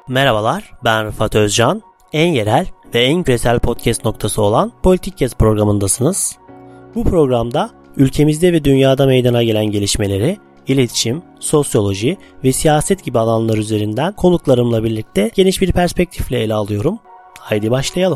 Merhabalar, ben Rıfat Özcan. En yerel ve en küresel podcast noktası olan Politikcast programındasınız. Bu programda ülkemizde ve dünyada meydana gelen gelişmeleri, iletişim, sosyoloji ve siyaset gibi alanlar üzerinden konuklarımla birlikte geniş bir perspektifle ele alıyorum. Haydi başlayalım.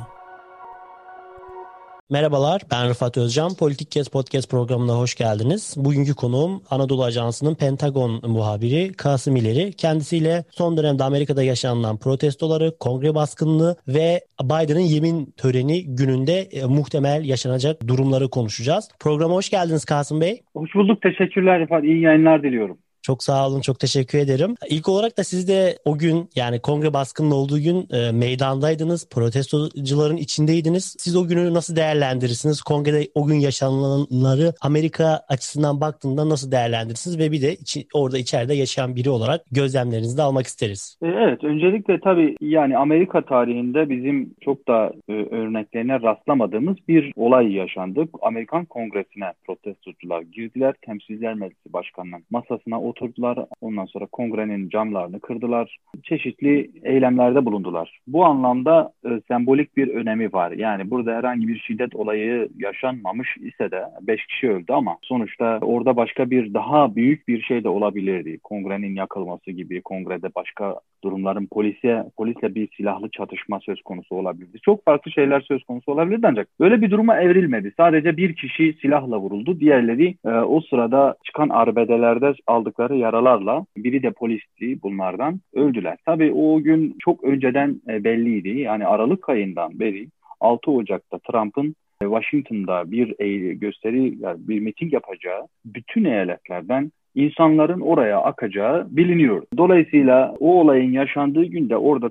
Merhabalar, ben Rıfat Özcan. Politikcast podcast programına hoş geldiniz. Bugünkü konuğum Anadolu Ajansı'nın Pentagon muhabiri Kasım İleri. Kendisiyle son dönemde Amerika'da yaşanılan protestoları, kongre baskınlığı ve Biden'ın yemin töreni gününde muhtemel yaşanacak durumları konuşacağız. Programa hoş geldiniz Kasım Bey. Hoş bulduk. Teşekkürler Rıfat. İyi yayınlar diliyorum. Çok sağ olun, çok teşekkür ederim. İlk olarak da siz de o gün, yani kongre baskının olduğu gün meydandaydınız, protestocuların içindeydiniz. Siz o günü nasıl değerlendirirsiniz? Kongrede o gün yaşananları Amerika açısından baktığında nasıl değerlendirirsiniz? Ve bir de orada içeride yaşayan biri olarak gözlemlerinizi de almak isteriz. Evet, öncelikle tabii yani Amerika tarihinde bizim çok da örneklerine rastlamadığımız bir olay yaşandı. Amerikan Kongresi'ne protestocular girdiler. Temsilciler Meclisi Başkanı'nın masasına oturdular. Ondan sonra kongrenin camlarını kırdılar. Çeşitli eylemlerde bulundular. Bu anlamda sembolik bir önemi var. Yani burada herhangi bir şiddet olayı yaşanmamış ise de 5 kişi öldü ama sonuçta orada başka bir daha büyük bir şey de olabilirdi. Kongrenin yakılması gibi, kongrede başka durumların polisle bir silahlı çatışma söz konusu olabilirdi. Çok farklı şeyler söz konusu olabilirdi ancak böyle bir duruma evrilmedi. Sadece bir kişi silahla vuruldu. Diğerleri o sırada çıkan arbedelerde aldıkları yaralarla, biri de polisti, bunlardan öldüler. Tabii o gün çok önceden belliydi. Yani Aralık ayından beri 6 Ocak'ta Trump'ın Washington'da bir gösteri, yani bir miting yapacağı, bütün eyaletlerden insanların oraya akacağı biliniyor. Dolayısıyla o olayın yaşandığı günde orada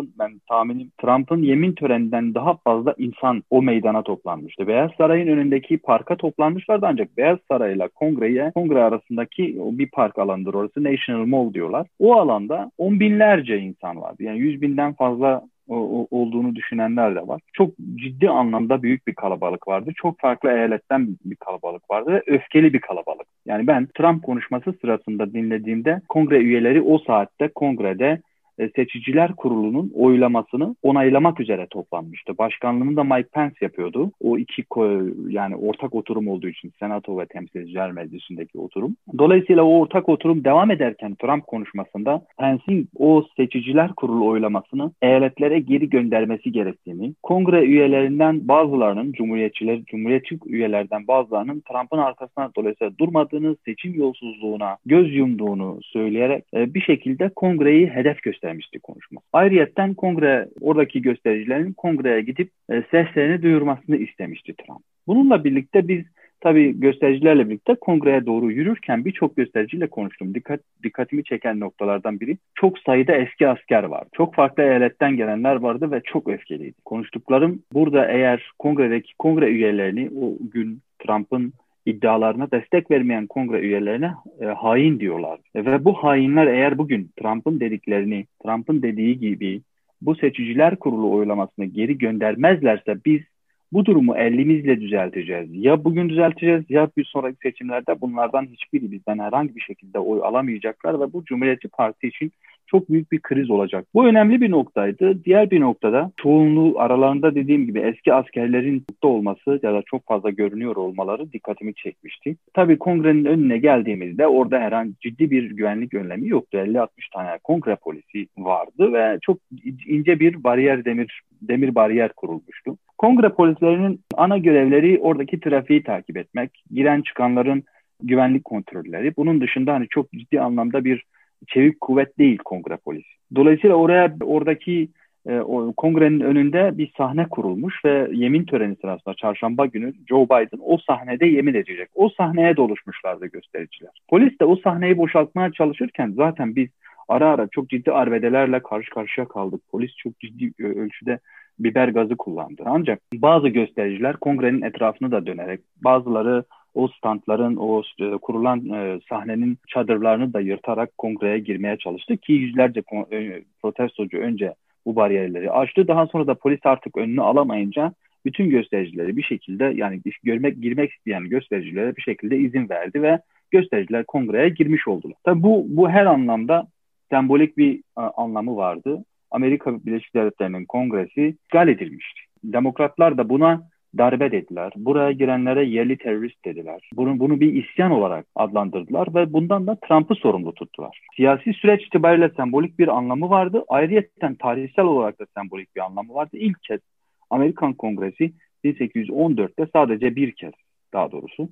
Trump'ın yemin töreninden daha fazla insan o meydana toplanmıştı. Beyaz Saray'ın önündeki parka toplanmışlardı ancak Beyaz Saray'la kongre arasındaki bir park alanıdır orası. National Mall diyorlar. O alanda on binlerce insan vardı. Yani 100 binden fazla olduğunu düşünenler de var. Çok ciddi anlamda büyük bir kalabalık vardı. Çok farklı eyaletten bir kalabalık vardı ve öfkeli bir kalabalık. Yani ben Trump konuşması sırasında dinlediğimde kongre üyeleri o saatte kongrede Seçiciler Kurulu'nun oylamasını onaylamak üzere toplanmıştı. Başkanlığını da Mike Pence yapıyordu. O yani ortak oturum olduğu için Senato ve Temsilciler Meclisi'ndeki oturum. Dolayısıyla o ortak oturum devam ederken Trump konuşmasında Pence'in o Seçiciler Kurulu oylamasını eyaletlere geri göndermesi gerektiğini, kongre üyelerinden bazılarının Cumhuriyetçi üyelerden bazılarının Trump'ın arkasına dolayısıyla durmadığını, seçim yolsuzluğuna göz yumduğunu söyleyerek bir şekilde kongreyi hedef göstermişti konuşma. Ayrıyetten oradaki göstericilerin kongreye gidip seslerini duyurmasını istemişti Trump. Bununla birlikte biz tabii göstericilerle birlikte kongreye doğru yürürken birçok göstericiyle konuştum. Dikkatimi çeken noktalardan biri, çok sayıda eski asker var. Çok farklı eyaletten gelenler vardı ve çok öfkeliydi. Konuştuklarım burada, eğer kongre üyelerini o gün Trump'ın iddialarına destek vermeyen kongre üyelerine hain diyorlar. Ve bu hainler eğer bugün Trump'ın dediği gibi bu Seçiciler Kurulu oylamasını geri göndermezlerse biz bu durumu elimizle düzelteceğiz. Ya bugün düzelteceğiz ya bir sonraki seçimlerde bunlardan hiçbiri bizden herhangi bir şekilde oy alamayacaklar ve bu Cumhuriyetçi Parti için çok büyük bir kriz olacak. Bu önemli bir noktaydı. Diğer bir noktada çoğunluğu aralarında dediğim gibi eski askerlerin mutlu olması ya da çok fazla görünüyor olmaları dikkatimi çekmişti. Tabii kongrenin önüne geldiğimizde orada herhangi ciddi bir güvenlik önlemi yoktu. 50-60 tane kongre polisi vardı ve çok ince bir demir bariyer kurulmuştu. Kongre polislerinin ana görevleri oradaki trafiği takip etmek, giren çıkanların güvenlik kontrolleri. Bunun dışında çok ciddi anlamda bir çevik kuvvet değil kongre polisi. Dolayısıyla oradaki kongrenin önünde bir sahne kurulmuş ve yemin töreni sırasında çarşamba günü Joe Biden o sahnede yemin edecek. O sahneye doluşmuşlardı göstericiler. Polis de o sahneyi boşaltmaya çalışırken zaten biz ara ara çok ciddi arbedelerle karşı karşıya kaldık. Polis çok ciddi ölçüde biber gazı kullandı. Ancak bazı göstericiler kongrenin etrafını da dönerek, bazıları o standların, o kurulan sahnenin çadırlarını da yırtarak kongreye girmeye çalıştı ki yüzlerce protestocu önce bu bariyerleri aştı. Daha sonra da polis artık önünü alamayınca bütün göstericileri bir şekilde, yani girmek isteyen göstericilere bir şekilde izin verdi ve göstericiler kongreye girmiş oldular. Tabii bu her anlamda sembolik bir anlamı vardı. Amerika Birleşik Devletleri'nin kongresi işgal edilmişti. Demokratlar da buna darbe dediler. Buraya girenlere yerli terörist dediler. Bunu bir isyan olarak adlandırdılar ve bundan da Trump'ı sorumlu tuttular. Siyasi süreç itibariyle sembolik bir anlamı vardı. Ayrıyeten tarihsel olarak da sembolik bir anlamı vardı. İlk kez Amerikan Kongresi 1814'te sadece bir kez, daha doğrusu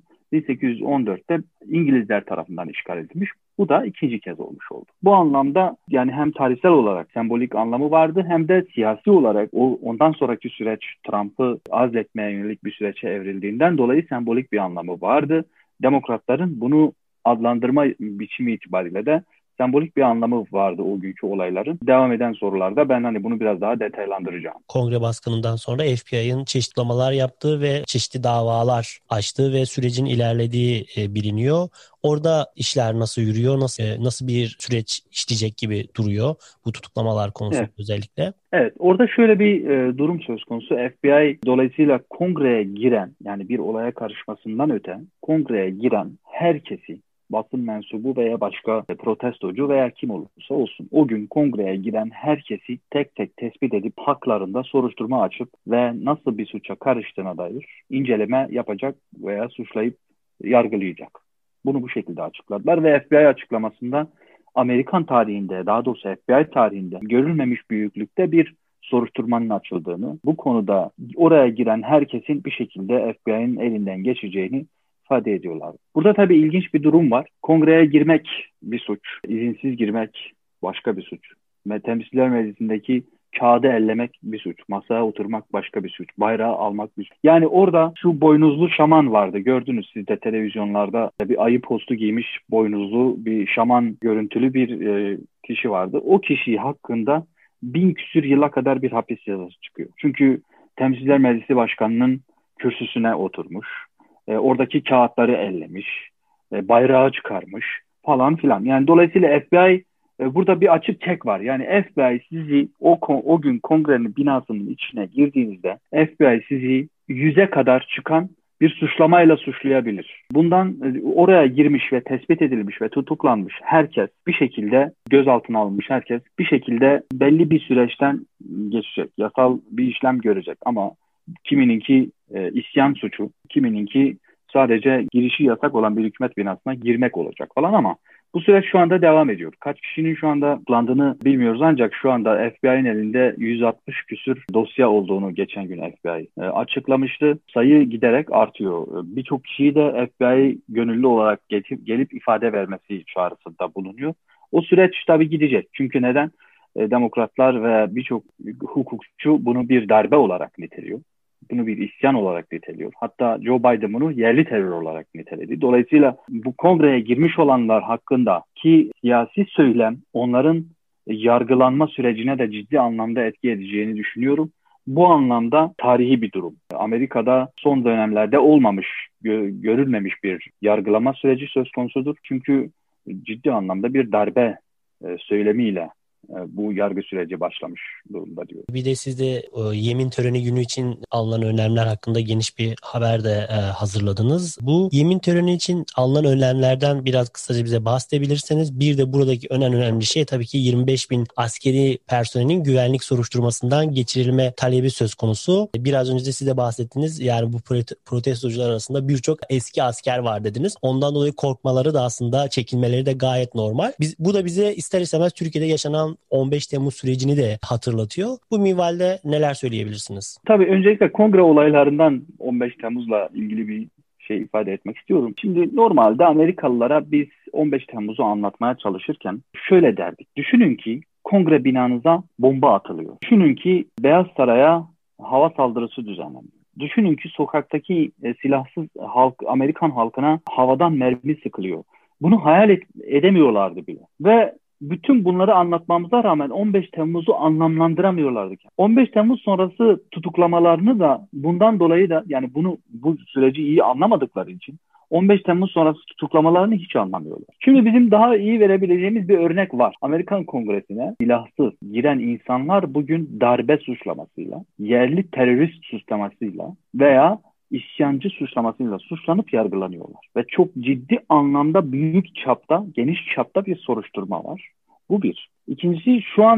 1814'te İngilizler tarafından işgal edilmiş. Bu da ikinci kez olmuş oldu. Bu anlamda yani hem tarihsel olarak sembolik anlamı vardı hem de siyasi olarak ondan sonraki süreç Trump'ı azletmeye yönelik bir süreçe evrildiğinden dolayı sembolik bir anlamı vardı. Demokratların bunu adlandırma biçimi itibariyle de sembolik bir anlamı vardı o günkü olayların. Devam eden sorularda ben bunu biraz daha detaylandıracağım. Kongre baskınından sonra FBI'ın çeşitli açıklamalar yaptığı ve çeşitli davalar açtığı ve sürecin ilerlediği biliniyor. Orada işler nasıl yürüyor, nasıl bir süreç işleyecek gibi duruyor bu tutuklamalar konusunda özellikle? Evet, orada şöyle bir durum söz konusu. FBI dolayısıyla kongreye giren, yani bir olaya karışmasından öte kongreye giren herkesi, basın mensubu veya başka protestocu veya kim olursa olsun, o gün kongreye giren herkesi tek tek tespit edip haklarında soruşturma açıp ve nasıl bir suça karıştığına dair inceleme yapacak veya suçlayıp yargılayacak. Bunu bu şekilde açıkladılar ve FBI açıklamasında Amerikan tarihinde, daha doğrusu FBI tarihinde görülmemiş büyüklükte bir soruşturmanın açıldığını, bu konuda oraya giren herkesin bir şekilde FBI'nin elinden geçeceğini ifade ediyorlar. Burada tabii ilginç bir durum var. Kongreye girmek bir suç, izinsiz girmek başka bir suç. Ve Temsilciler Meclisi'ndeki kağıdı ellemek bir suç, masaya oturmak başka bir suç, bayrağı almak bir suç. Yani orada şu boynuzlu şaman vardı, gördünüz siz de televizyonlarda, bir ayı postu giymiş boynuzlu bir şaman görüntülü bir kişi vardı. O kişi hakkında 1000 küsür yıla kadar bir hapis cezası çıkıyor. Çünkü Temsilciler Meclisi Başkanı'nın kürsüsüne oturmuş, oradaki kağıtları ellemiş, bayrağı çıkarmış falan filan. Yani dolayısıyla FBI burada bir açık çek var. Yani FBI sizi o gün kongrenin binasının içine girdiğinizde FBI sizi 100'e kadar çıkan bir suçlamayla suçlayabilir. Bundan oraya girmiş ve tespit edilmiş ve tutuklanmış herkes bir şekilde gözaltına alınmış herkes bir şekilde belli bir süreçten geçecek. Yasal bir işlem görecek ama kimininki isyan suçu, kimininki sadece girişi yasak olan bir hükümet binasına girmek olacak falan ama bu süreç şu anda devam ediyor. Kaç kişinin şu anda tutuklandığını bilmiyoruz ancak şu anda FBI'nin elinde 160 küsür dosya olduğunu geçen gün FBI açıklamıştı. Sayı giderek artıyor. Birçok kişiyi de FBI gönüllü olarak gelip ifade vermesi çağrısında bulunuyor. O süreç tabii gidecek. Çünkü neden? Demokratlar ve birçok hukukçu bunu bir darbe olarak niteliyor. Bunu bir isyan olarak niteliyor. Hatta Joe Biden bunu yerli terör olarak niteledi. Dolayısıyla bu kongreye girmiş olanlar hakkında ki siyasi söylem onların yargılanma sürecine de ciddi anlamda etki edeceğini düşünüyorum. Bu anlamda tarihi bir durum. Amerika'da son dönemlerde olmamış, görülmemiş bir yargılama süreci söz konusudur. Çünkü ciddi anlamda bir darbe söylemiyle bu yargı süreci başlamış durumda diyor. Bir de siz de yemin töreni günü için alınan önlemler hakkında geniş bir haber de hazırladınız. Bu yemin töreni için alınan önlemlerden biraz kısaca bize bahsedebilirseniz. Bir de buradaki önemli şey tabii ki 25 bin askeri personelin güvenlik soruşturmasından geçirilme talebi söz konusu. Biraz önce de siz de bahsettiniz. Yani bu protestocular arasında birçok eski asker var dediniz. Ondan dolayı korkmaları da aslında çekinmeleri de gayet normal. Bu da bize ister istemez Türkiye'de yaşanan 15 Temmuz sürecini de hatırlatıyor. Bu minvalde neler söyleyebilirsiniz? Tabii öncelikle kongre olaylarından 15 Temmuz'la ilgili bir şey ifade etmek istiyorum. Şimdi normalde Amerikalılara biz 15 Temmuz'u anlatmaya çalışırken şöyle derdik. Düşünün ki kongre binanıza bomba atılıyor. Düşünün ki Beyaz Saray'a hava saldırısı düzenleniyor. Düşünün ki sokaktaki silahsız Amerikan halkına havadan mermi sıkılıyor. Bunu hayal edemiyorlardı bile. Ve bütün bunları anlatmamıza rağmen 15 Temmuz'u anlamlandıramıyorlardı. 15 Temmuz sonrası tutuklamalarını da bundan dolayı da yani bu süreci iyi anlamadıkları için 15 Temmuz sonrası tutuklamalarını hiç anlamıyorlar. Şimdi bizim daha iyi verebileceğimiz bir örnek var. Amerikan Kongresi'ne silahsız giren insanlar bugün darbe suçlamasıyla, yerli terörist suçlamasıyla veya isyancı suçlamasıyla suçlanıp yargılanıyorlar. Ve çok ciddi anlamda büyük çapta, geniş çapta bir soruşturma var. Bu bir. İkincisi şu anda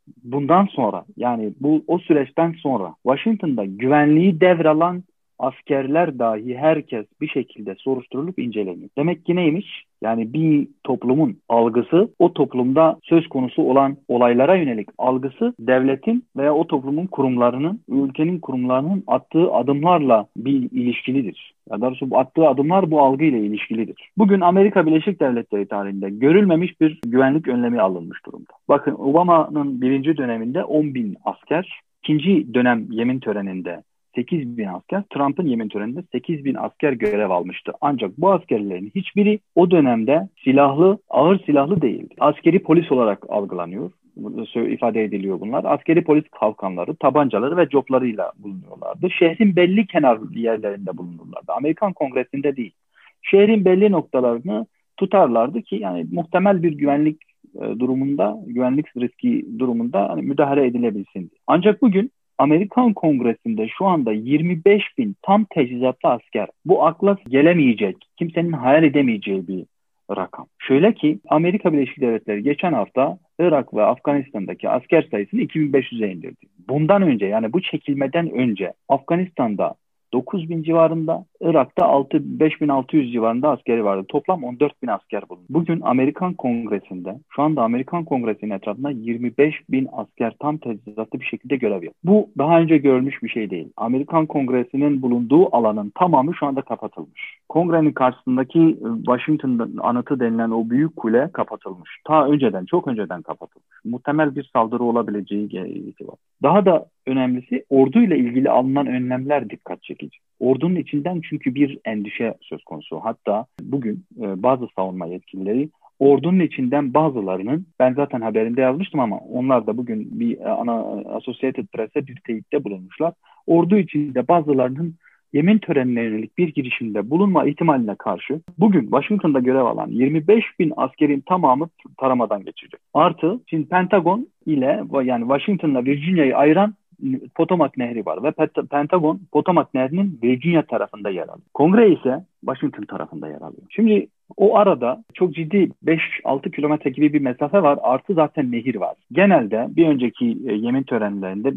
bundan sonra, yani o süreçten sonra Washington'da güvenliği devralan askerler dahi, herkes bir şekilde soruşturulup inceleniyor. Demek ki neymiş? Yani bir toplumun algısı, o toplumda söz konusu olan olaylara yönelik algısı devletin veya o toplumun kurumlarının, ülkenin kurumlarının attığı adımlarla bir ilişkilidir. Ya doğrusu bu attığı adımlar bu algıyla ilişkilidir. Bugün Amerika Birleşik Devletleri tarihinde görülmemiş bir güvenlik önlemi alınmış durumda. Bakın, Obama'nın birinci döneminde 10 bin asker, ikinci dönem yemin töreninde 8 bin asker, Trump'ın yemin töreninde 8 bin asker görev almıştı. Ancak bu askerlerin hiçbiri o dönemde silahlı, ağır silahlı değildi. Askeri polis olarak algılanıyor. ifade ediliyor bunlar. Askeri polis kalkanları, tabancaları ve coplarıyla bulunuyorlardı. Şehrin belli kenar yerlerinde bulunurlardı. Amerikan Kongresi'nde değil. Şehrin belli noktalarını tutarlardı ki yani muhtemel bir güvenlik durumunda, güvenlik riski durumunda hani müdahale edilebilsin. Ancak bugün Amerikan Kongresi'nde şu anda 25 bin tam teçhizatlı asker. Bu akla gelemeyecek, kimsenin hayal edemeyeceği bir rakam. Şöyle ki Amerika Birleşik Devletleri geçen hafta Irak ve Afganistan'daki asker sayısını 2500'e indirdi. Bundan önce, yani bu çekilmeden önce Afganistan'da 9 bin civarında, Irak'ta 5600 civarında askeri vardı. Toplam 14 bin asker bulundu. Bugün Amerikan Kongresi'nde, şu anda Amerikan Kongresi'nin etrafında 25 bin asker tam teçhizatlı bir şekilde görev yapıyor. Bu daha önce görülmüş bir şey değil. Amerikan Kongresi'nin bulunduğu alanın tamamı şu anda kapatılmış. Kongrenin karşısındaki Washington anıtı denilen o büyük kule kapatılmış. Ta önceden, çok önceden kapatılmış. Muhtemel bir saldırı olabileceği var. Daha da önemlisi, orduyla ilgili alınan önlemler dikkat çekici. Ordunun içinden çünkü bir endişe söz konusu. Hatta bugün bazı savunma yetkilileri ordunun içinden bazılarının, ben zaten haberinde yazmıştım ama onlar da bugün bir Associated Press'e bir teyitte bulunmuşlar. Ordu içinde bazılarının yemin törenine yönelik bir girişimde bulunma ihtimaline karşı bugün Washington'da görev alan 25 bin askerin tamamı taramadan geçecek. Artı şimdi Pentagon ile, yani Washington'la Virginia'yı ayıran Potomac Nehri var ve Pentagon Potomac Nehri'nin Virginia tarafında yer alıyor. Kongre ise Washington tarafında yer alıyor. Şimdi o arada çok ciddi 5-6 kilometre gibi bir mesafe var. Artı zaten nehir var. Genelde bir önceki yemin törenlerinde,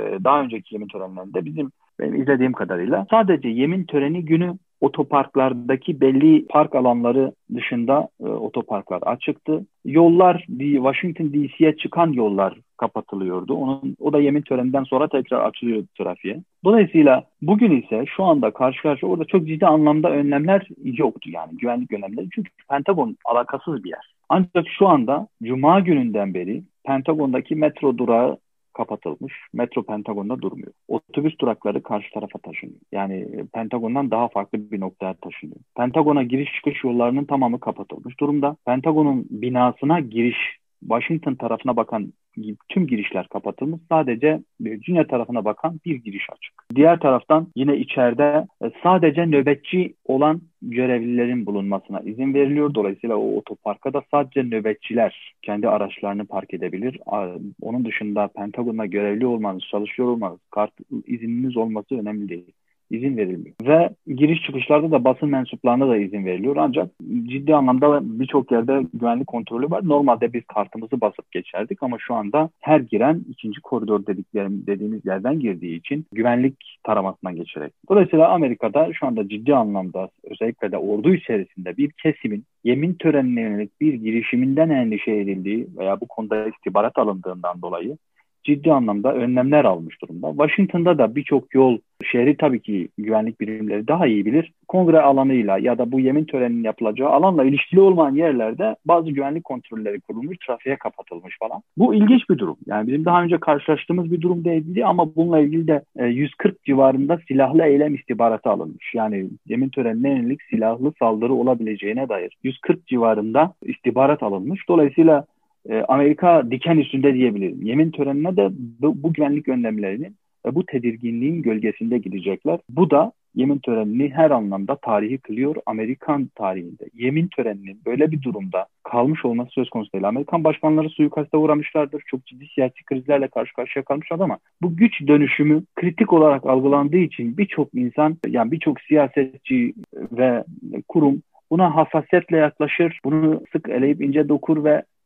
benim izlediğim kadarıyla sadece yemin töreni günü otoparklardaki belli park alanları dışında otoparklar açıktı. Yollar, Washington DC'ye çıkan yollar kapatılıyordu. O da yemin töreninden sonra tekrar açılıyordu trafiğe. Dolayısıyla bugün ise şu anda karşı karşıya orada çok ciddi anlamda önlemler yoktu, yani güvenlik önlemleri. Çünkü Pentagon alakasız bir yer. Ancak şu anda Cuma gününden beri Pentagon'daki metro durağı kapatılmış. Metro Pentagon'da durmuyor. Otobüs durakları karşı tarafa taşınıyor. Yani Pentagon'dan daha farklı bir noktaya taşınıyor. Pentagon'a giriş çıkış yollarının tamamı kapatılmış durumda. Pentagon'un binasına giriş, Washington tarafına bakan tüm girişler kapatılmış. Sadece Virginia tarafına bakan bir giriş açık. Diğer taraftan yine içeride sadece nöbetçi olan görevlilerin bulunmasına izin veriliyor. Dolayısıyla o otoparka da sadece nöbetçiler kendi araçlarını park edebilir. Onun dışında Pentagon'da görevli olmanız, çalışıyor olmanız, izniniz olması önemli değil. İzin verilmiyor. Ve giriş çıkışlarda da basın mensuplarına da izin veriliyor. Ancak ciddi anlamda birçok yerde güvenlik kontrolü var. Normalde biz kartımızı basıp geçerdik ama şu anda her giren ikinci koridor dediğimiz yerden girdiği için güvenlik taramasından geçerek. Dolayısıyla Amerika'da şu anda ciddi anlamda, özellikle de ordu içerisinde bir kesimin yemin törenine yönelik bir girişiminden endişe edildiği veya bu konuda istihbarat alındığından dolayı ciddi anlamda önlemler almış durumda. Washington'da da birçok yol, şehri tabii ki güvenlik birimleri daha iyi bilir. Kongre alanıyla ya da bu yemin töreninin yapılacağı alanla ilişkili olmayan yerlerde bazı güvenlik kontrolleri kurulmuş, trafiğe kapatılmış falan. Bu ilginç bir durum. Yani bizim daha önce karşılaştığımız bir durum değildi ama bununla ilgili de 140 civarında silahlı eylem istihbaratı alınmış. Yani yemin törenine yönelik silahlı saldırı olabileceğine dair 140 civarında istihbarat alınmış. Dolayısıyla Amerika diken üstünde diyebilirim. Yemin törenine de bu güvenlik önlemlerinin ve bu tedirginliğin gölgesinde gidecekler. Bu da yemin törenini her anlamda tarihi kılıyor Amerikan tarihinde. Yemin töreninin böyle bir durumda kalmış olması söz konusu değil. Amerikan başkanları suikaste uğramışlardır. Çok ciddi siyasi krizlerle karşı karşıya kalmışlar ama bu güç dönüşümü kritik olarak algılandığı için birçok insan, yani birçok siyasetçi ve kurum buna hassasiyetle yaklaşır. Bunu sık eleyip ince dokur ve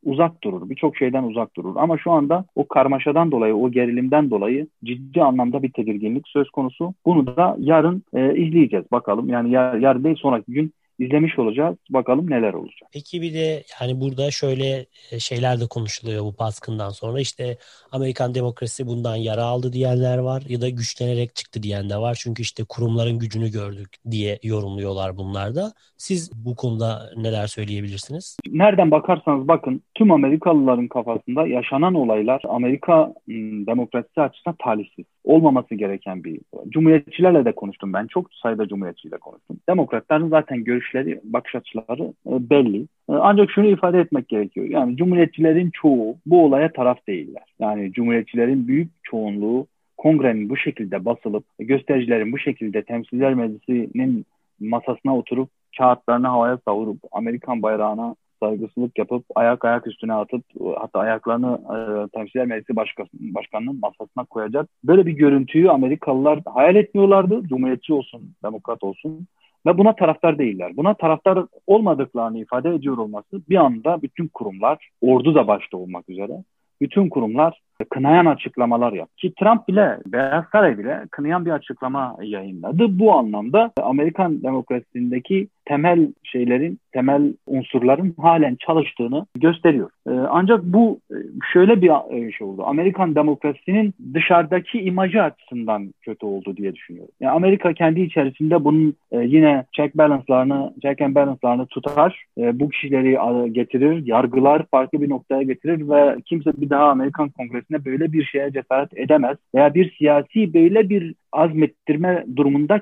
uzak durur. Birçok şeyden uzak durur. Ama şu anda o karmaşadan dolayı, o gerilimden dolayı ciddi anlamda bir tedirginlik söz konusu. Bunu da yarın izleyeceğiz bakalım. Yani yarın değil, sonraki gün izlemiş olacağız. Bakalım neler olacak. Peki bir de yani burada şöyle şeyler de konuşuluyor bu baskından sonra. İşte Amerikan demokrasi bundan yara aldı diyenler var ya da güçlenerek çıktı diyen de var. Çünkü işte kurumların gücünü gördük diye yorumluyorlar bunlar da. Siz bu konuda neler söyleyebilirsiniz? Nereden bakarsanız bakın, tüm Amerikalıların kafasında yaşanan olaylar Amerika demokrasisi açısından talihsiz. Olmaması gereken bir olay. Cumhuriyetçilerle de konuştum ben. Çok sayıda cumhuriyetçiyle konuştum. Demokratların zaten görüşleri, bakış açıları belli. Ancak şunu ifade etmek gerekiyor. Yani cumhuriyetçilerin çoğu bu olaya taraf değiller. Yani cumhuriyetçilerin büyük çoğunluğu kongrenin bu şekilde basılıp, göstericilerin bu şekilde Temsiller Meclisi'nin masasına oturup kağıtlarını havaya savurup Amerikan bayrağına saygısızlık yapıp ayak üstüne atıp hatta ayaklarını Temsiller Meclisi Başkanı'nın masasına koyacak böyle bir görüntüyü Amerikalılar hayal etmiyorlardı. Cumhuriyetçi olsun, demokrat olsun. Ve buna taraftar değiller. Buna taraftar olmadıklarını ifade ediyor olması bir anda bütün kurumlar, ordu da başta olmak üzere, bütün kurumlar kınayan açıklamalar yaptı. Ki Trump bile, Beyaz Saray bile kınayan bir açıklama yayınladı. Bu anlamda Amerikan demokrasisindeki temel unsurların halen çalıştığını gösteriyor. Ancak bu şöyle bir şey oldu. Amerikan demokrasisinin dışarıdaki imajı açısından kötü oldu diye düşünüyorum. Yani Amerika kendi içerisinde bunun yine check and balance'larını tutar. Bu kişileri getirir, yargılar, farklı bir noktaya getirir ve kimse bir daha Amerikan Kongresi'ne böyle bir şeye cesaret edemez. Veya bir siyasi böyle bir azmettirme durumunda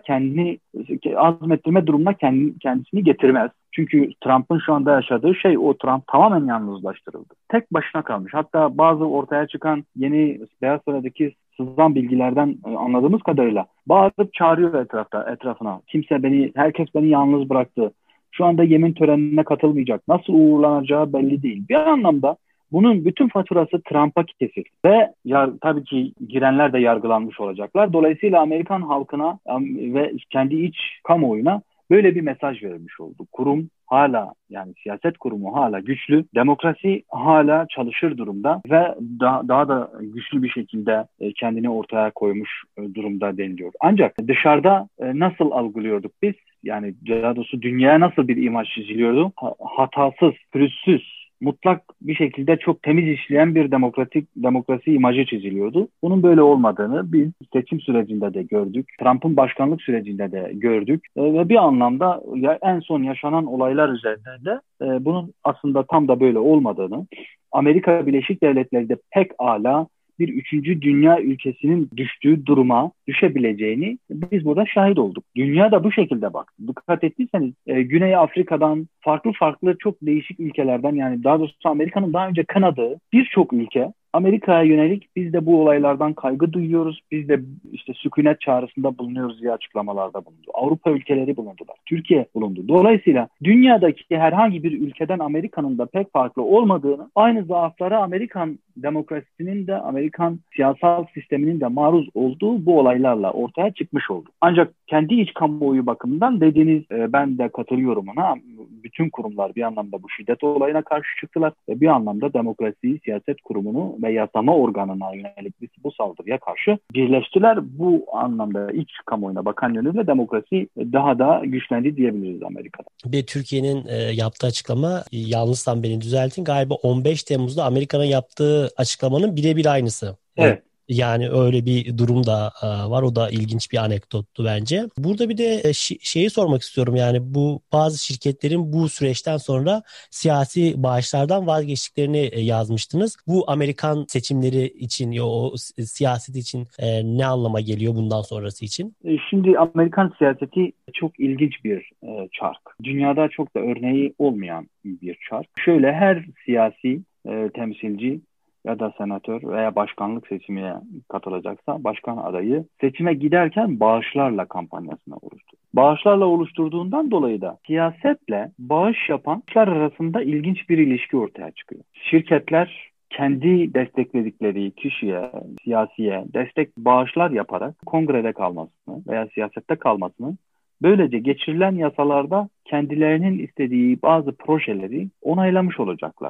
kendisini getirmez. Çünkü Trump'ın şu anda yaşadığı şey o. Trump tamamen yalnızlaştırıldı. Tek başına kalmış. Hatta bazı ortaya çıkan yeni Beyaz Saray'daki sızan bilgilerden anladığımız kadarıyla bağırıp çağırıyor etrafına. Herkes beni yalnız bıraktı. Şu anda yemin törenine katılmayacak. Nasıl uğurlanacağı belli değil. Bir anlamda bunun bütün faturası Trump'a kesildi. Ve tabii ki girenler de yargılanmış olacaklar. Dolayısıyla Amerikan halkına ve kendi iç kamuoyuna böyle bir mesaj verilmiş oldu. Kurum hala, yani siyaset kurumu hala güçlü, demokrasi hala çalışır durumda ve daha da güçlü bir şekilde kendini ortaya koymuş durumda deniliyor. Ancak dışarıda nasıl algılıyorduk biz? Yani daha doğrusu dünyaya nasıl bir imaj çiziliyordu? Hatasız, pürüzsüz, mutlak bir şekilde çok temiz işleyen bir demokrasi imajı çiziliyordu. Bunun böyle olmadığını biz seçim sürecinde de gördük. Trump'ın başkanlık sürecinde de gördük. Ve bir anlamda en son yaşanan olaylar üzerinde de bunun aslında tam da böyle olmadığını, Amerika Birleşik Devletleri'de pek ala bir üçüncü dünya ülkesinin düştüğü duruma düşebileceğini biz burada şahit olduk. Dünya da bu şekilde baktı. Dikkat ettiyseniz Güney Afrika'dan farklı çok değişik ülkelerden, yani daha doğrusu Amerika'nın daha önce kınadığı birçok ülke Amerika'ya yönelik biz de bu olaylardan kaygı duyuyoruz. Biz de işte sükunet çağrısında bulunuyoruz diye açıklamalarda bulundu. Avrupa ülkeleri bulundular. Türkiye bulundu. Dolayısıyla dünyadaki herhangi bir ülkeden Amerika'nın da pek farklı olmadığını, aynı zaaflara Amerikan demokrasisinin de Amerikan siyasal sisteminin de maruz olduğu bu olaylarla ortaya çıkmış oldu. Ancak kendi iç kamuoyu bakımından dediğiniz, ben de katılıyorum ona. Bütün kurumlar bir anlamda bu şiddet olayına karşı çıktılar ve bir anlamda demokrasiyi, siyaset kurumunu ve yasama organına yönelik bu saldırıya karşı birleştiler. Bu anlamda iç kamuoyuna bakan yönüyle demokrasi daha da güçlendi diyebiliriz Amerika'da. Bir Türkiye'nin yaptığı açıklama, yalnızsam beni düzeltin, galiba 15 Temmuz'da Amerika'nın yaptığı açıklamanın birebir aynısı. Evet. Yani öyle bir durum da var. O da ilginç bir anekdottu bence. Burada bir de şeyi sormak istiyorum. Yani bu bazı şirketlerin bu süreçten sonra siyasi bağışlardan vazgeçtiklerini yazmıştınız. Bu Amerikan seçimleri için, o siyaset için ne anlama geliyor bundan sonrası için? Şimdi Amerikan siyaseti çok ilginç bir çark. Dünyada çok da örneği olmayan bir çark. Şöyle, her siyasi temsilci ya da senatör veya başkanlık seçimine katılacaksa başkan adayı seçime giderken bağışlarla kampanyasını oluşturur. Bağışlarla oluşturduğundan dolayı da siyasetle bağış yapanlar arasında ilginç bir ilişki ortaya çıkıyor. Şirketler kendi destekledikleri kişiye, siyasiye bağışlar yaparak kongrede kalmasını veya siyasette kalmasını, böylece geçirilen yasalarda kendilerinin istediği bazı projeleri onaylamış olacaklar.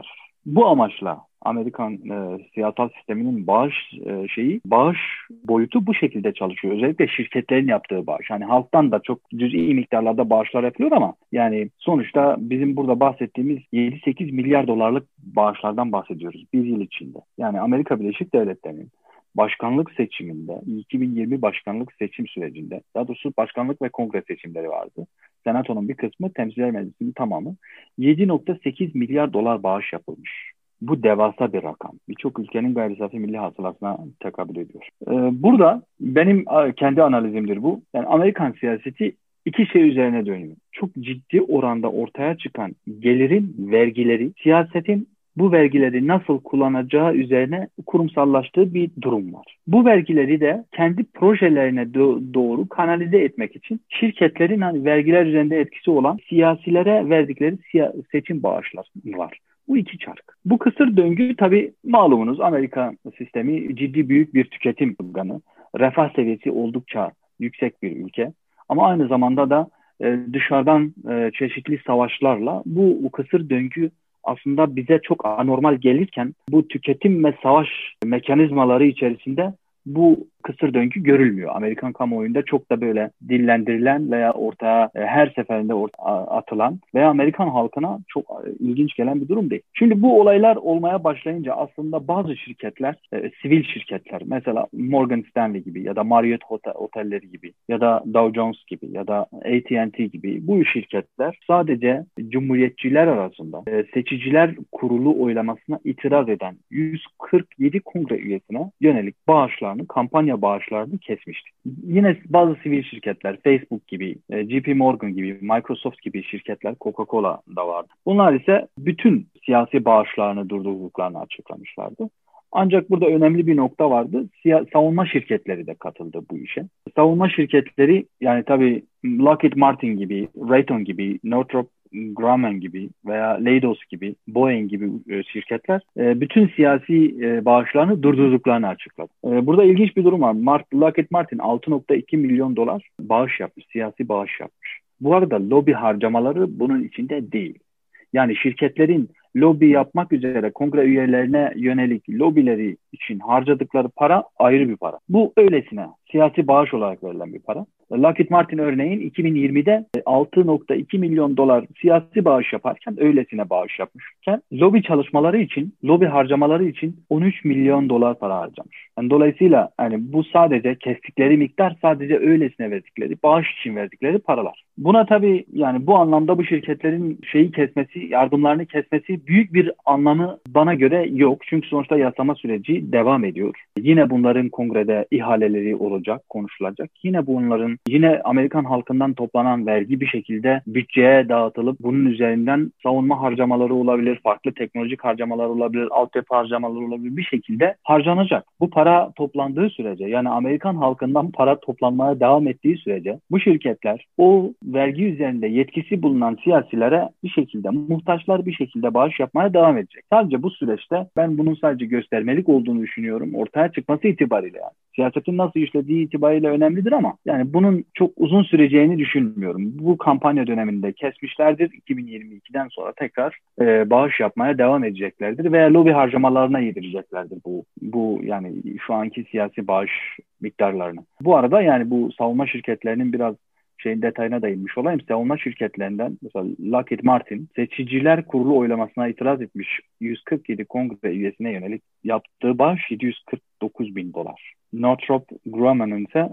Bu amaçla Amerikan siyasal sisteminin bağış boyutu bu şekilde çalışıyor. Özellikle şirketlerin yaptığı bağış. Hani halktan da çok cüz'i miktarlarda bağışlar yapılıyor ama yani sonuçta bizim burada bahsettiğimiz 7-8 milyar dolarlık bağışlardan bahsediyoruz bir yıl içinde. Yani Amerika Birleşik Devletleri'nin başkanlık seçiminde, 2020 başkanlık seçim sürecinde, daha doğrusu başkanlık ve kongre seçimleri vardı. Senatonun bir kısmı, Temsiller Meclisi'nin tamamı 7,8 milyar dolar bağış yapılmış. Bu devasa bir rakam. Birçok ülkenin gayri safi milli hasılasına tekabül ediyor. Burada benim kendi analizimdir bu. Yani Amerikan siyaseti iki şey üzerine dönüyor. Çok ciddi oranda ortaya çıkan gelirin vergileri, siyasetin bu vergileri nasıl kullanacağı üzerine kurumsallaştığı bir durum var. Bu vergileri de kendi projelerine doğru kanalize etmek için şirketlerin hani vergiler üzerinde etkisi olan siyasilere verdikleri seçim bağışları var. Bu iki çark. Bu kısır döngü tabii malumunuz Amerika sistemi ciddi büyük bir tüketim organı. Refah seviyesi oldukça yüksek bir ülke. Ama aynı zamanda da dışarıdan çeşitli savaşlarla bu kısır döngü aslında bize çok anormal gelirken bu tüketim ve savaş mekanizmaları içerisinde bu kısır döngü görülmüyor. Amerikan kamuoyunda çok da böyle dillendirilen veya ortaya her seferinde atılan veya Amerikan halkına çok ilginç gelen bir durum değil. Şimdi bu olaylar olmaya başlayınca aslında bazı şirketler, sivil şirketler, mesela Morgan Stanley gibi ya da Marriott otelleri gibi ya da Dow Jones gibi ya da AT&T gibi bu şirketler sadece cumhuriyetçiler arasında seçiciler kurulu oylamasına itiraz eden 147 kongre üyesine yönelik kampanya bağışlarını kesmişti. Yine bazı sivil şirketler, Facebook gibi, JP Morgan gibi, Microsoft gibi şirketler, Coca-Cola da vardı. Bunlar ise bütün siyasi bağışlarını durdurduklarını açıklamışlardı. Ancak burada önemli bir nokta vardı. Savunma şirketleri de katıldı bu işe. Savunma şirketleri yani tabii Lockheed Martin gibi, Raytheon gibi, Northrop Grumman gibi veya Leidos gibi, Boeing gibi şirketler bütün siyasi bağışlarını durdurduklarını açıkladı. Burada ilginç bir durum var. Lockheed Martin 6,2 milyon dolar bağış yapmış, siyasi bağış yapmış. Bu arada lobi harcamaları bunun içinde değil. Yani şirketlerin lobi yapmak üzere kongre üyelerine yönelik lobileri için harcadıkları para ayrı bir para. Bu öylesine siyasi bağış olarak verilen bir para. Lockheed Martin örneğin 2020'de 6,2 milyon dolar siyasi bağış yaparken öylesine bağış yapmışken lobi çalışmaları için, lobi harcamaları için 13 milyon dolar para harcamış. Yani dolayısıyla yani bu sadece kestikleri miktar sadece öylesine verdikleri, bağış için verdikleri paralar. Buna tabii yani bu anlamda bu şirketlerin yardımlarını kesmesi büyük bir anlamı bana göre yok. Çünkü sonuçta yasama süreci devam ediyor. Yine bunların kongrede ihaleleri olacak, konuşulacak. Yine Amerikan halkından toplanan vergi bir şekilde bütçeye dağıtılıp bunun üzerinden savunma harcamaları olabilir, farklı teknolojik harcamalar olabilir, altyapı harcamaları olabilir, bir şekilde harcanacak. Bu para toplandığı sürece yani Amerikan halkından para toplanmaya devam ettiği sürece bu şirketler o vergi üzerinde yetkisi bulunan siyasilere bir şekilde muhtaçlar bir şekilde bağış yapmaya devam edecek. Sadece bu süreçte ben bunun sadece göstermelik olduğunu düşünüyorum. Ortaya çıkması itibariyle yani. Siyasetin nasıl işlediği itibariyle önemlidir ama yani bunun çok uzun süreceğini düşünmüyorum. Bu kampanya döneminde kesmişlerdir. 2022'den sonra tekrar bağış yapmaya devam edeceklerdir veya lobi harcamalarına yedireceklerdir bu yani şu anki siyasi bağış miktarlarını. Bu arada yani bu savunma şirketlerinin biraz detayına da inmiş olayım. Savunma şirketlerinden mesela Lockheed Martin seçiciler kurulu oylamasına itiraz etmiş 147 kongre üyesine yönelik yaptığı bağış 749 bin dolar. Northrop Grumman'ın ise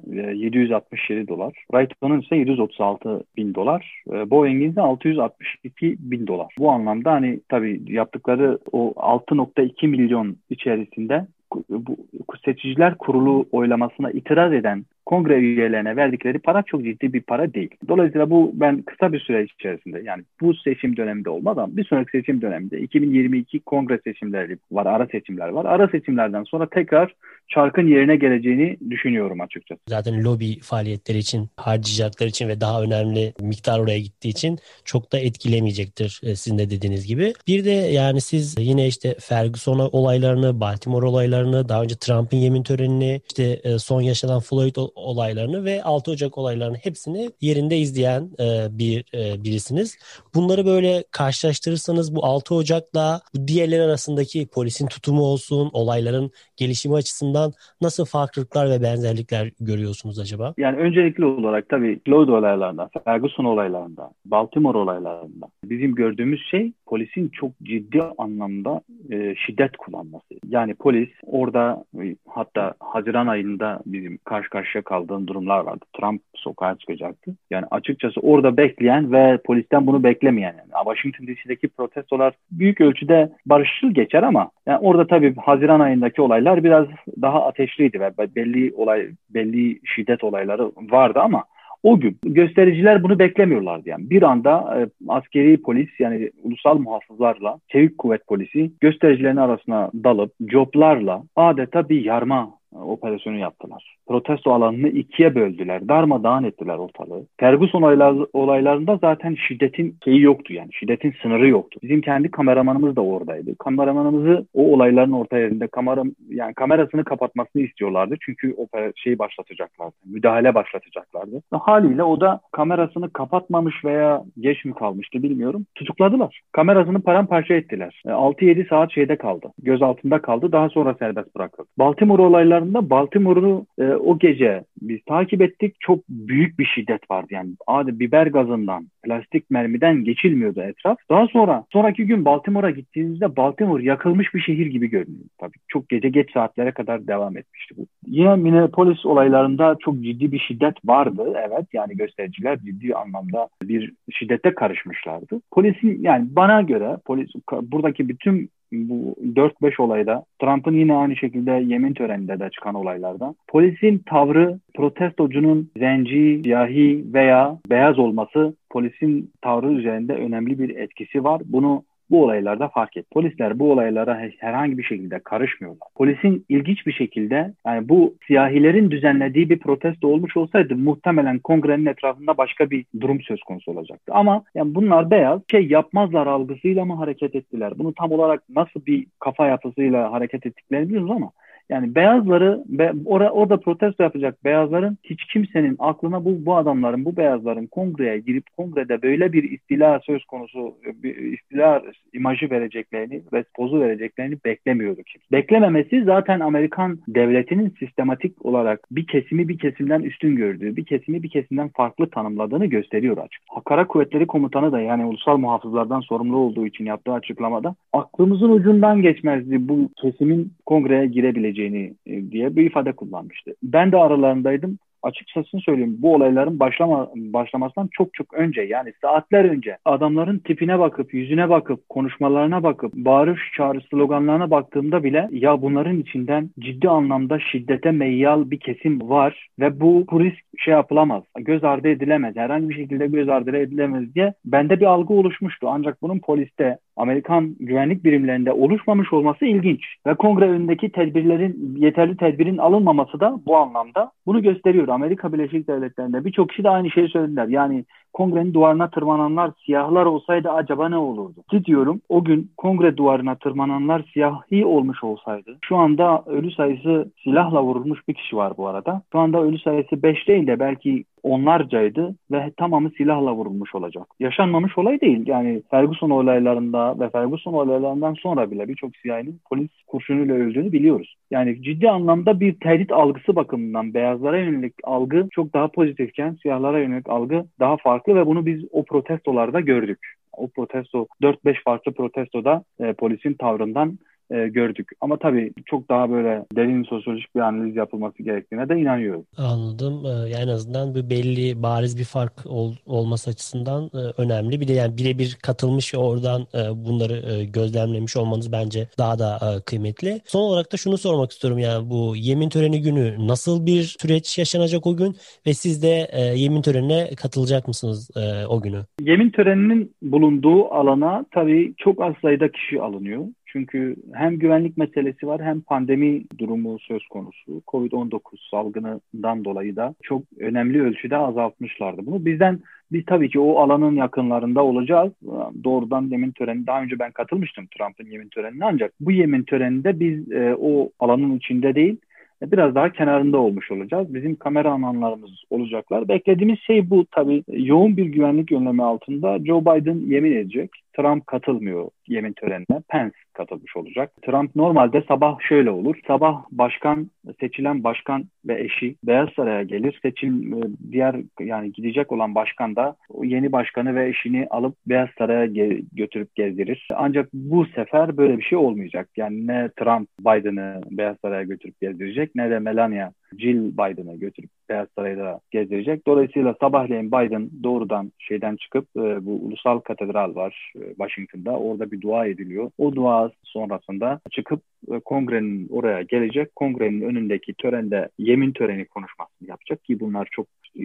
767 dolar. Raytheon'un ise 736 bin dolar. Boeing'in ise 662 bin dolar. Bu anlamda hani tabii yaptıkları o 6,2 milyon içerisinde bu seçiciler kurulu oylamasına itiraz eden kongre üyelerine verdikleri para çok ciddi bir para değil. Dolayısıyla ben kısa bir süre içerisinde yani bu seçim döneminde olmaz ama bir sonraki seçim döneminde 2022 kongre seçimleri var, ara seçimler var. Ara seçimlerden sonra tekrar çarkın yerine geleceğini düşünüyorum açıkçası. Zaten lobi faaliyetleri için harcayacakları için ve daha önemli miktar oraya gittiği için çok da etkilemeyecektir sizin de dediğiniz gibi. Bir de yani siz yine işte Ferguson olaylarını, Baltimore olaylarını, daha önce Trump'ın yemin törenini, işte son yaşanan Floyd olaylarını ve 6 Ocak olaylarını hepsini yerinde izleyen birisiniz. Bunları böyle karşılaştırırsanız bu 6 Ocak'la bu diğerleri arasındaki polisin tutumu olsun, olayların gelişimi açısından nasıl farklılıklar ve benzerlikler görüyorsunuz acaba? Yani öncelikli olarak tabii Floyd olaylarında, Ferguson olaylarında, Baltimore olaylarında bizim gördüğümüz şey polisin çok ciddi anlamda şiddet kullanması. Yani polis orada hatta Haziran ayında bizim karşı karşıya kaldığım durumlar vardı. Trump sokağa çıkacaktı. Yani açıkçası orada bekleyen ve polisten bunu beklemeyen. Yani Washington DC'deki protestolar büyük ölçüde barışçıl geçer ama yani orada tabii Haziran ayındaki olaylar biraz daha ateşliydi ve belli şiddet olayları vardı ama o gün göstericiler bunu beklemiyorlardı yani. Bir anda askeri polis yani ulusal muhafızlarla çevik kuvvet polisi göstericilerin arasına dalıp coplarla adeta bir yarma operasyonu yaptılar. Protesto alanını ikiye böldüler. Darmadağın ettiler ortalığı. Ferguson olaylarında zaten şiddetin şeyi yoktu yani. Şiddetin sınırı yoktu. Bizim kendi kameramanımız da oradaydı. Kameramanımızı o olayların orta yerinde kamerasını kapatmasını istiyorlardı. Çünkü başlatacaklardı. Müdahale başlatacaklardı. Haliyle o da kamerasını kapatmamış veya geç mi kalmıştı bilmiyorum. Tutukladılar. Kamerasını paramparça ettiler. 6-7 saat şeyde kaldı. Gözaltında kaldı. Daha sonra serbest bırakıldı. Baltimore olaylarında Baltimore'u o gece biz takip ettik. Çok büyük bir şiddet vardı. Yani biber gazından, plastik mermiden geçilmiyordu etraf. Daha sonraki gün Baltimore'a gittiğimizde Baltimore yakılmış bir şehir gibi görünüyor. Tabii çok gece geç saatlere kadar devam etmişti bu. Yine Minneapolis olaylarında çok ciddi bir şiddet vardı. Evet yani göstericiler ciddi anlamda bir şiddete karışmışlardı. Polisin yani bana göre buradaki bütün bu 4-5 olayda Trump'ın yine aynı şekilde yemin töreninde de çıkan olaylarda polisin tavrı protestocunun zenci, siyahi veya beyaz olması polisin tavrı üzerinde önemli bir etkisi var. Bunu bu olaylarda fark et. Polisler bu olaylara herhangi bir şekilde karışmıyorlar. Polisin ilginç bir şekilde yani bu siyahilerin düzenlediği bir protesto olmuş olsaydı muhtemelen kongrenin etrafında başka bir durum söz konusu olacaktı. Ama yani bunlar beyaz yapmazlar algısıyla mı hareket ettiler? Bunu tam olarak nasıl bir kafa yapısıyla hareket ettiklerini bilmiyoruz ama yani beyazları orada protesto yapacak beyazların hiç kimsenin aklına bu adamların, bu beyazların kongreye girip kongrede böyle bir istila söz konusu, bir istila imajı vereceklerini, pozu vereceklerini beklemiyordu kimse. Beklememesi zaten Amerikan devletinin sistematik olarak bir kesimi bir kesimden üstün gördüğü, bir kesimi bir kesimden farklı tanımladığını gösteriyor açık. Kara Kuvvetleri Komutanı da yani ulusal muhafızlardan sorumlu olduğu için yaptığı açıklamada aklımızın ucundan geçmezdi bu kesimin kongreye girebileceğini diye bir ifade kullanmıştı. Ben de aralarındaydım. Açıkçası söyleyeyim bu olayların başlamasından çok çok önce yani saatler önce adamların tipine bakıp yüzüne bakıp konuşmalarına bakıp bağırış çağrı sloganlarına baktığımda bile ya bunların içinden ciddi anlamda şiddete meyyal bir kesim var ve bu risk yapılamaz. Göz ardı edilemez. Herhangi bir şekilde göz ardı edilemez diye bende bir algı oluşmuştu. Ancak bunun poliste Amerikan güvenlik birimlerinde oluşmamış olması ilginç. Ve kongre önündeki yeterli tedbirin alınmaması da bu anlamda bunu gösteriyor. Amerika Birleşik Devletleri'nde birçok kişi de aynı şeyi söylediler. Yani kongrenin duvarına tırmananlar siyahlar olsaydı acaba ne olurdu? Diyorum o gün kongre duvarına tırmananlar siyahi olmuş olsaydı şu anda ölü sayısı silahla vurulmuş bir kişi var bu arada. Şu anda ölü sayısı 5 değil de belki onlarcaydı ve tamamı silahla vurulmuş olacak. Yaşanmamış olay değil. Yani Ferguson olaylarında ve Ferguson olaylarından sonra bile birçok siyahinin polis kurşunuyla öldüğünü biliyoruz. Yani ciddi anlamda bir tehdit algısı bakımından beyazlara yönelik algı çok daha pozitifken siyahlara yönelik algı daha farklı ve bunu biz o protestolarda gördük. O 4-5 farklı protestoda polisin tavrından gördük. Ama tabii çok daha böyle derin sosyolojik bir analiz yapılması gerektiğine de inanıyorum. Anladım. Yani en azından bir belli bariz bir fark olması açısından önemli. Bir de yani birebir katılmış ve oradan bunları gözlemlemiş olmanız bence daha da kıymetli. Son olarak da şunu sormak istiyorum yani bu yemin töreni günü nasıl bir süreç yaşanacak o gün ve siz de yemin törenine katılacak mısınız o günü? Yemin töreninin bulunduğu alana tabii çok az sayıda kişi alınıyor. Çünkü hem güvenlik meselesi var hem pandemi durumu söz konusu. Covid-19 salgınından dolayı da çok önemli ölçüde azaltmışlardı bunu. Biz tabii ki o alanın yakınlarında olacağız. Doğrudan yemin töreni daha önce ben katılmıştım Trump'ın yemin törenine ancak bu yemin töreninde biz o alanın içinde değil biraz daha kenarında olmuş olacağız. Bizim kameramanlarımız olacaklar. Beklediğimiz şey bu tabii. Yoğun bir güvenlik önlemi altında Joe Biden yemin edecek. Trump katılmıyor yemin törenine. Pence katılmış olacak. Trump normalde sabah şöyle olur. Sabah seçilen başkan ve eşi Beyaz Saray'a gelir. Yani gidecek olan başkan da o yeni başkanı ve eşini alıp Beyaz Saray'a götürüp gezdirir. Ancak bu sefer böyle bir şey olmayacak. Yani ne Trump Biden'ı Beyaz Saray'a götürüp gezdirecek ne de Melania Jill Biden'ı götürüp Beyaz Saray'da gezdirecek. Dolayısıyla sabahleyin Biden doğrudan şeyden çıkıp bu ulusal katedral var Washington'da. Orada bir dua ediliyor. O dua sonrasında çıkıp kongrenin oraya gelecek. Kongrenin önündeki törende yemin töreni konuşmasını yapacak ki bunlar çok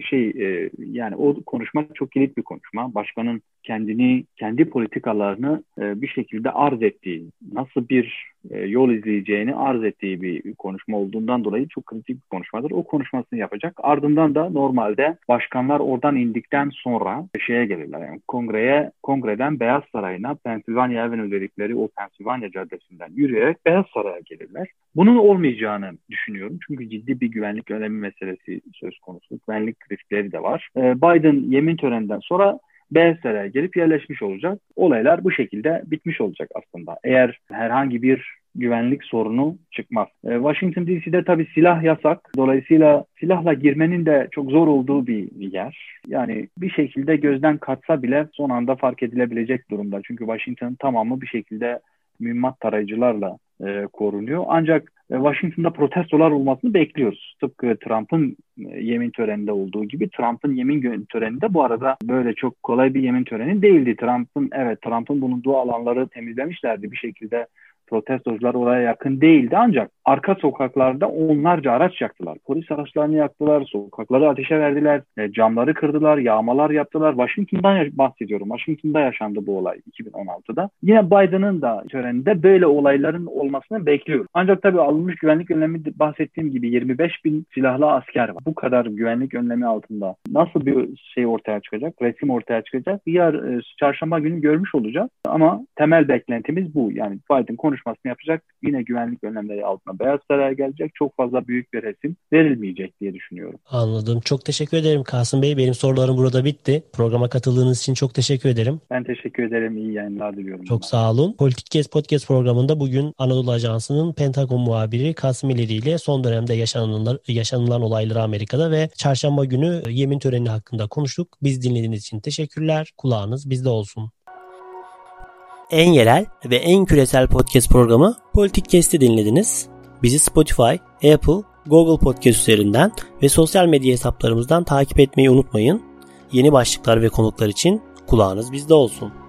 yani o konuşma çok kilit bir konuşma. Başkanın kendi politikalarını bir şekilde arz ettiği, nasıl bir yol izleyeceğini arz ettiği bir konuşma olduğundan dolayı çok kritik bir konuşmadır. O konuşmasını yapacak. Ardından da normalde başkanlar oradan indikten sonra şeye gelirler. Yani kongreden Beyaz Sarayı'na Pennsylvania Avenue dedikleri o Pennsylvania Caddesi'nden yürüyerek Beyaz Saray'a gelirler. Bunun olmayacağını düşünüyorum. Çünkü ciddi bir güvenlik önlemi meselesi söz konusu. Güvenlik riskleri de var. Biden yemin töreninden sonra Beyaz Saray'a gelip yerleşmiş olacak. Olaylar bu şekilde bitmiş olacak aslında. Eğer herhangi bir güvenlik sorunu çıkmaz. Washington DC'de tabii silah yasak. Dolayısıyla silahla girmenin de çok zor olduğu bir yer. Yani bir şekilde gözden kaçsa bile son anda fark edilebilecek durumda. Çünkü Washington'ın tamamı bir şekilde mühimmat tarayıcılarla korunuyor. Ancak Washington'da protestolar olmasını bekliyoruz. Tıpkı Trump'ın yemin töreninde olduğu gibi. Trump'ın yemin töreninde bu arada böyle çok kolay bir yemin töreni değildi. Trump'ın bulunduğu alanları temizlemişlerdi bir şekilde. Protestocular oraya yakın değildi ancak arka sokaklarda onlarca araç yaktılar. Polis araçlarını yaktılar, sokakları ateşe verdiler, camları kırdılar, yağmalar yaptılar. Washington'dan bahsediyorum. Washington'da yaşandı bu olay 2016'da. Yine Biden'ın da töreninde böyle olayların olmasını bekliyoruz. Ancak tabii alınmış güvenlik önlemi bahsettiğim gibi 25 bin silahlı asker var. Bu kadar güvenlik önlemi altında nasıl bir şey ortaya çıkacak, resim ortaya çıkacak? Çarşamba günü görmüş olacağız. Ama temel beklentimiz bu. Yani Biden konuşmasını yapacak. Yine güvenlik önlemleri altında Beyaz Saray'a gelecek. Çok fazla büyük bir resim verilmeyecek diye düşünüyorum. Anladım. Çok teşekkür ederim Kasım Bey. Benim sorularım burada bitti. Programa katıldığınız için çok teşekkür ederim. Ben teşekkür ederim. İyi yayınlar diliyorum. Çok sağ olun. Politik Kes Podcast programında bugün Anadolu Ajansı'nın Pentagon muhabiri Kasım İleri ile son dönemde yaşanılan olayları Amerika'da ve çarşamba günü yemin töreni hakkında konuştuk. Biz dinlediğiniz için teşekkürler. Kulağınız bizde olsun. En yerel ve en küresel podcast programı Politik Kes'te dinlediniz. Bizi Spotify, Apple, Google Podcast üzerinden ve sosyal medya hesaplarımızdan takip etmeyi unutmayın. Yeni başlıklar ve konuklar için kulağınız bizde olsun.